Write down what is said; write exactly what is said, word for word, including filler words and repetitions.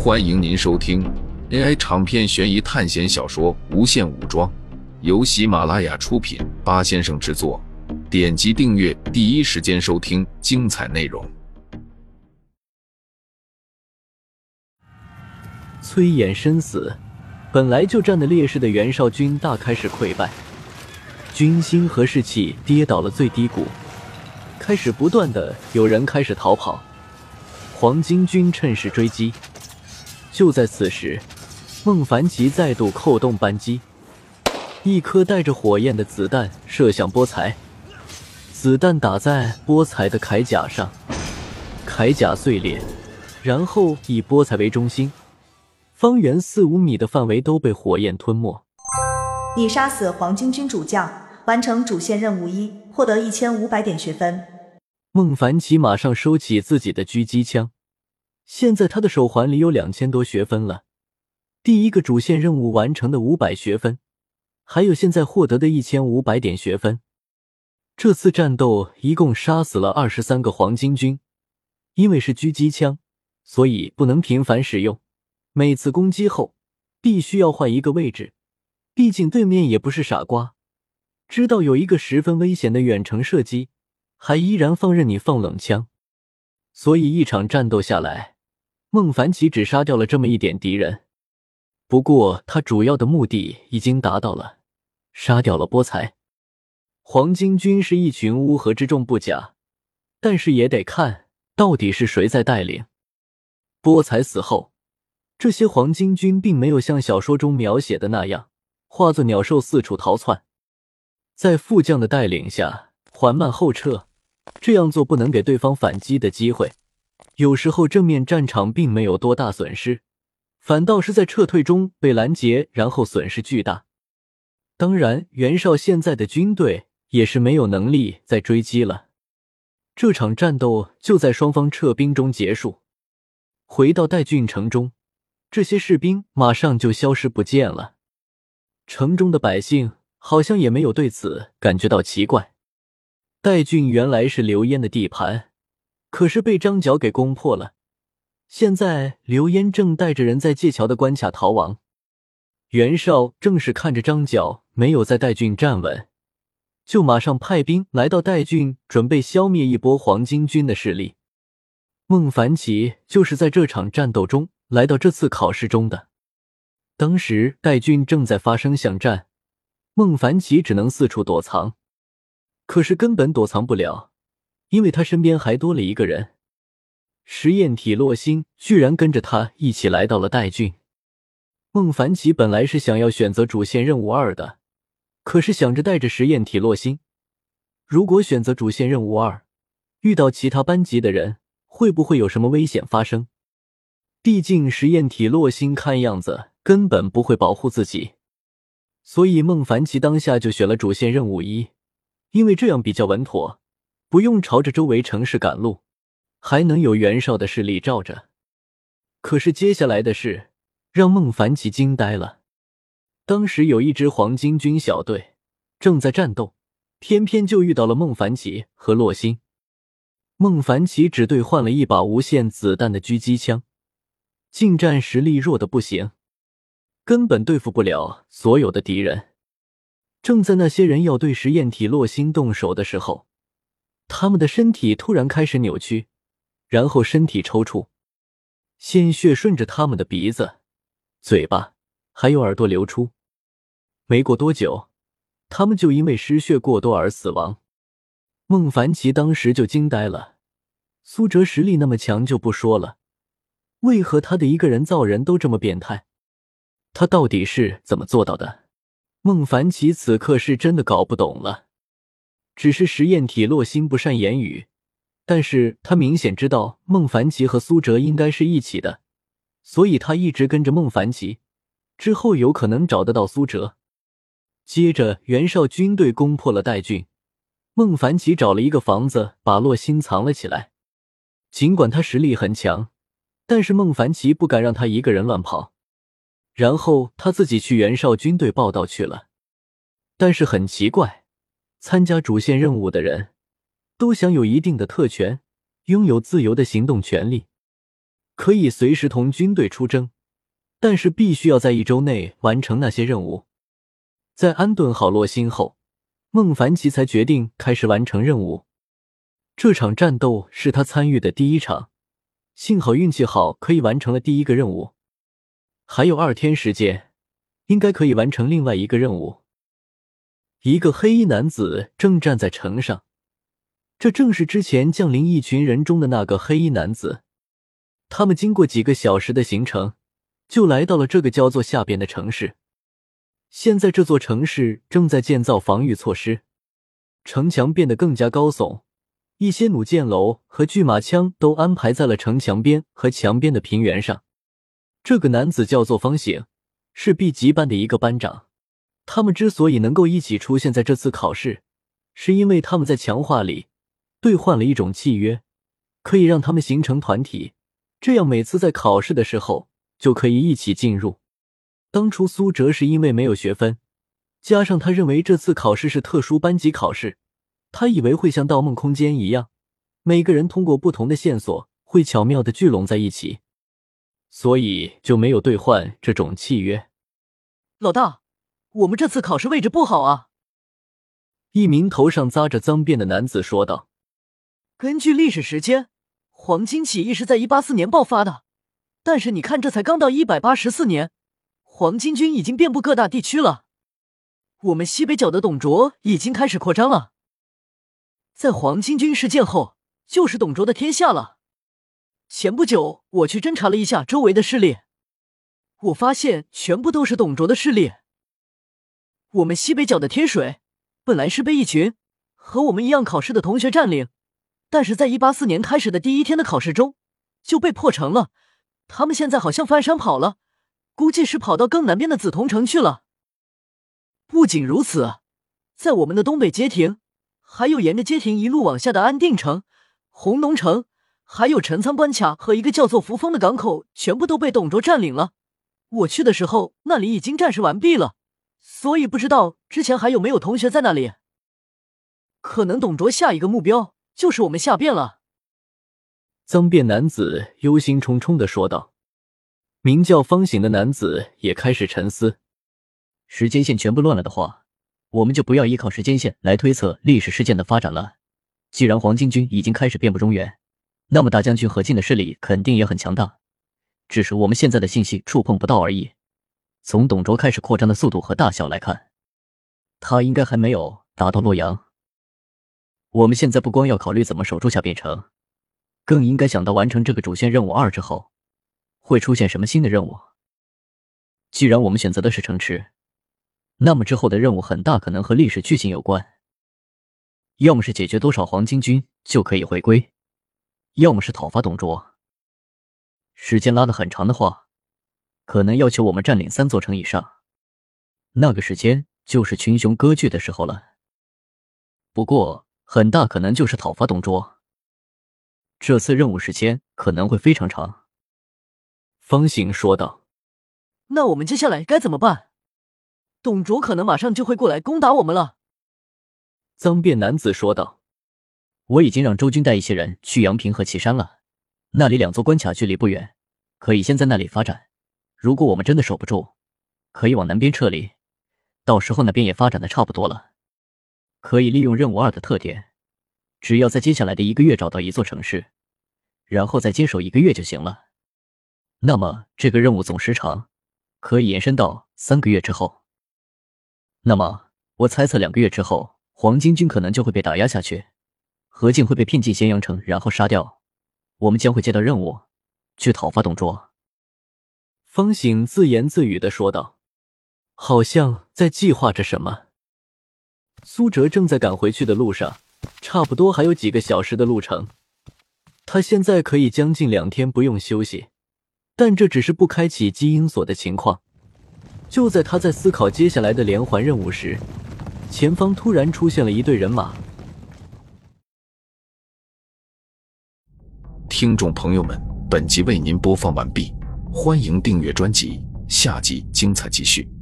欢迎您收听 A I 长篇悬疑探险小说《无限武装》，由喜马拉雅出品，八先生制作。点击订阅，第一时间收听精彩内容。 催眼生死，本来就占的劣势的袁绍军大开始溃败，军心和士气跌倒了最低谷，开始不断的有人开始逃跑，黄巾军趁势追击。就在此时，孟凡奇再度扣动扳机，一颗带着火焰的子弹射向波才，子弹打在波才的铠甲上，铠甲碎裂，然后以波才为中心，方圆四五米的范围都被火焰吞没。 你杀死黄巾军主将，完成主线任务一，获得一千五百点学分。 孟凡奇马上收起自己的狙击枪，现在他的手环里有两千多学分了，第一个主线任务完成的五百学分，还有现在获得的一千五百点学分。这次战斗一共杀死了二十三个黄巾军，因为是狙击枪，所以不能频繁使用，每次攻击后必须要换一个位置，毕竟对面也不是傻瓜，知道有一个十分危险的远程射击，还依然放任你放冷枪。所以一场战斗下来，孟凡奇只杀掉了这么一点敌人。不过他主要的目的已经达到了，杀掉了波才。黄巾军是一群乌合之众不假，但是也得看到底是谁在带领。波才死后，这些黄巾军并没有像小说中描写的那样化作鸟兽四处逃窜，在副将的带领下缓慢后撤，这样做不能给对方反击的机会。有时候正面战场并没有多大损失，反倒是在撤退中被拦截，然后损失巨大。当然，袁绍现在的军队也是没有能力再追击了。这场战斗就在双方撤兵中结束。回到代郡城中，这些士兵马上就消失不见了。城中的百姓好像也没有对此感觉到奇怪。代郡原来是刘焉的地盘，可是被张角给攻破了。现在刘焉正带着人在界桥的关卡逃亡。袁绍正是看着张角没有在代郡站稳，就马上派兵来到代郡，准备消灭一波黄巾军的势力。孟凡奇就是在这场战斗中来到这次考试中的。当时代郡正在发生巷战，孟凡奇只能四处躲藏，可是根本躲藏不了，因为他身边还多了一个人。实验体洛星居然跟着他一起来到了代郡。孟凡奇本来是想要选择主线任务二的，可是想着带着实验体洛星，如果选择主线任务二，遇到其他班级的人，会不会有什么危险发生？毕竟实验体洛星看样子根本不会保护自己，所以孟凡奇当下就选了主线任务一，因为这样比较稳妥，不用朝着周围城市赶路，还能有袁绍的势力罩着。可是接下来的事让孟凡奇惊呆了。当时有一支黄巾军小队正在战斗，偏偏就遇到了孟凡奇和洛星。孟凡奇只兑换了一把无限子弹的狙击枪，近战实力弱的不行，根本对付不了所有的敌人。正在那些人要对实验体洛星动手的时候，他们的身体突然开始扭曲，然后身体抽搐，鲜血顺着他们的鼻子、嘴巴还有耳朵流出。没过多久，他们就因为失血过多而死亡。孟凡奇当时就惊呆了，苏哲实力那么强就不说了，为何他的一个人造人都这么变态？他到底是怎么做到的？孟凡奇此刻是真的搞不懂了。只是实验体洛星不善言语，但是他明显知道孟凡奇和苏哲应该是一起的，所以他一直跟着孟凡奇，之后有可能找得到苏哲。接着袁绍军队攻破了代郡，孟凡奇找了一个房子把洛星藏了起来。尽管他实力很强，但是孟凡奇不敢让他一个人乱跑，然后他自己去袁绍军队报道去了。但是很奇怪，参加主线任务的人都享有一定的特权，拥有自由的行动权利。 可以随时同军队出征，但是必须要在一周内完成那些任务。在安顿好洛星后，孟凡奇才决定开始完成任务。这场战斗是他参与的第一场，幸好运气好，可以完成了第一个任务。还有二天时间，应该可以完成另外一个任务。一个黑衣男子正站在城上，这正是之前降临一群人中的那个黑衣男子。他们经过几个小时的行程，就来到了这个叫做下边的城市。现在这座城市正在建造防御措施，城墙变得更加高耸，一些弩箭楼和巨马枪都安排在了城墙边和墙边的平原上。这个男子叫做方醒，是 B 级班的一个班长。他们之所以能够一起出现在这次考试，是因为他们在强化里兑换了一种契约，可以让他们形成团体，这样每次在考试的时候就可以一起进入。当初苏哲是因为没有学分，加上他认为这次考试是特殊班级考试，他以为会像盗梦空间一样，每个人通过不同的线索会巧妙地聚拢在一起，所以就没有兑换这种契约。 老大，我们这次考试位置不好啊。 一名头上扎着脏辫的男子说道。 根据历史时间，黄巾起义是在一八四年爆发的，但是你看这才刚到一百八十四年，黄巾军已经遍布各大地区了。我们西北角的董卓已经开始扩张了，在黄巾军事件后，就是董卓的天下了。前不久我去侦查了一下周围的势力，我发现全部都是董卓的势力。我们西北角的天水本来是被一群和我们一样考试的同学占领，但是在一八四年开始的第一天的考试中就被破城了，他们现在好像翻山跑了，估计是跑到更南边的紫铜城去了。不仅如此，在我们的东北街亭，还有沿着街亭一路往下的安定城、红龙城，还有陈仓关卡和一个叫做扶风的港口，全部都被董卓占领了。我去的时候那里已经战事完毕了，所以不知道之前还有没有同学在那里。可能董卓下一个目标就是我们下边了。 脏辫男子忧心忡忡地说道。名叫方醒的男子也开始沉思。 时间线全部乱了的话，我们就不要依靠时间线来推测历史事件的发展了。既然黄巾军已经开始遍布中原，那么大将军何进的势力肯定也很强大，只是我们现在的信息触碰不到而已。从董卓开始扩张的速度和大小来看，他应该还没有达到洛阳。我们现在不光要考虑怎么守住下边城，更应该想到完成这个主线任务二之后会出现什么新的任务。既然我们选择的是城池，那么之后的任务很大可能和历史剧情有关，要么是解决多少黄巾军就可以回归，要么是讨伐董卓。时间拉得很长的话，可能要求我们占领三座城以上，那个时间就是群雄割据的时候了。不过很大可能就是讨伐董卓，这次任务时间可能会非常长。 方醒说道。 那我们接下来该怎么办？董卓可能马上就会过来攻打我们了。 脏辫男子说道。 我已经让周军带一些人去阳平和岐山了，那里两座关卡距离不远，可以先在那里发展。如果我们真的守不住，可以往南边撤离，到时候那边也发展的差不多了。可以利用任务二的特点，只要在接下来的一个月找到一座城市，然后再坚守一个月就行了。那么这个任务总时长可以延伸到三个月之后。那么我猜测两个月之后，黄巾军可能就会被打压下去，何进会被骗进咸阳城然后杀掉，我们将会接到任务去讨伐董卓。 方醒自言自语地说道，好像在计划着什么。苏哲正在赶回去的路上，差不多还有几个小时的路程。他现在可以将近两天不用休息，但这只是不开启基因锁的情况。就在他在思考接下来的连环任务时，前方突然出现了一队人马。 听众朋友们，本集为您播放完毕，欢迎订阅专辑，下集精彩继续。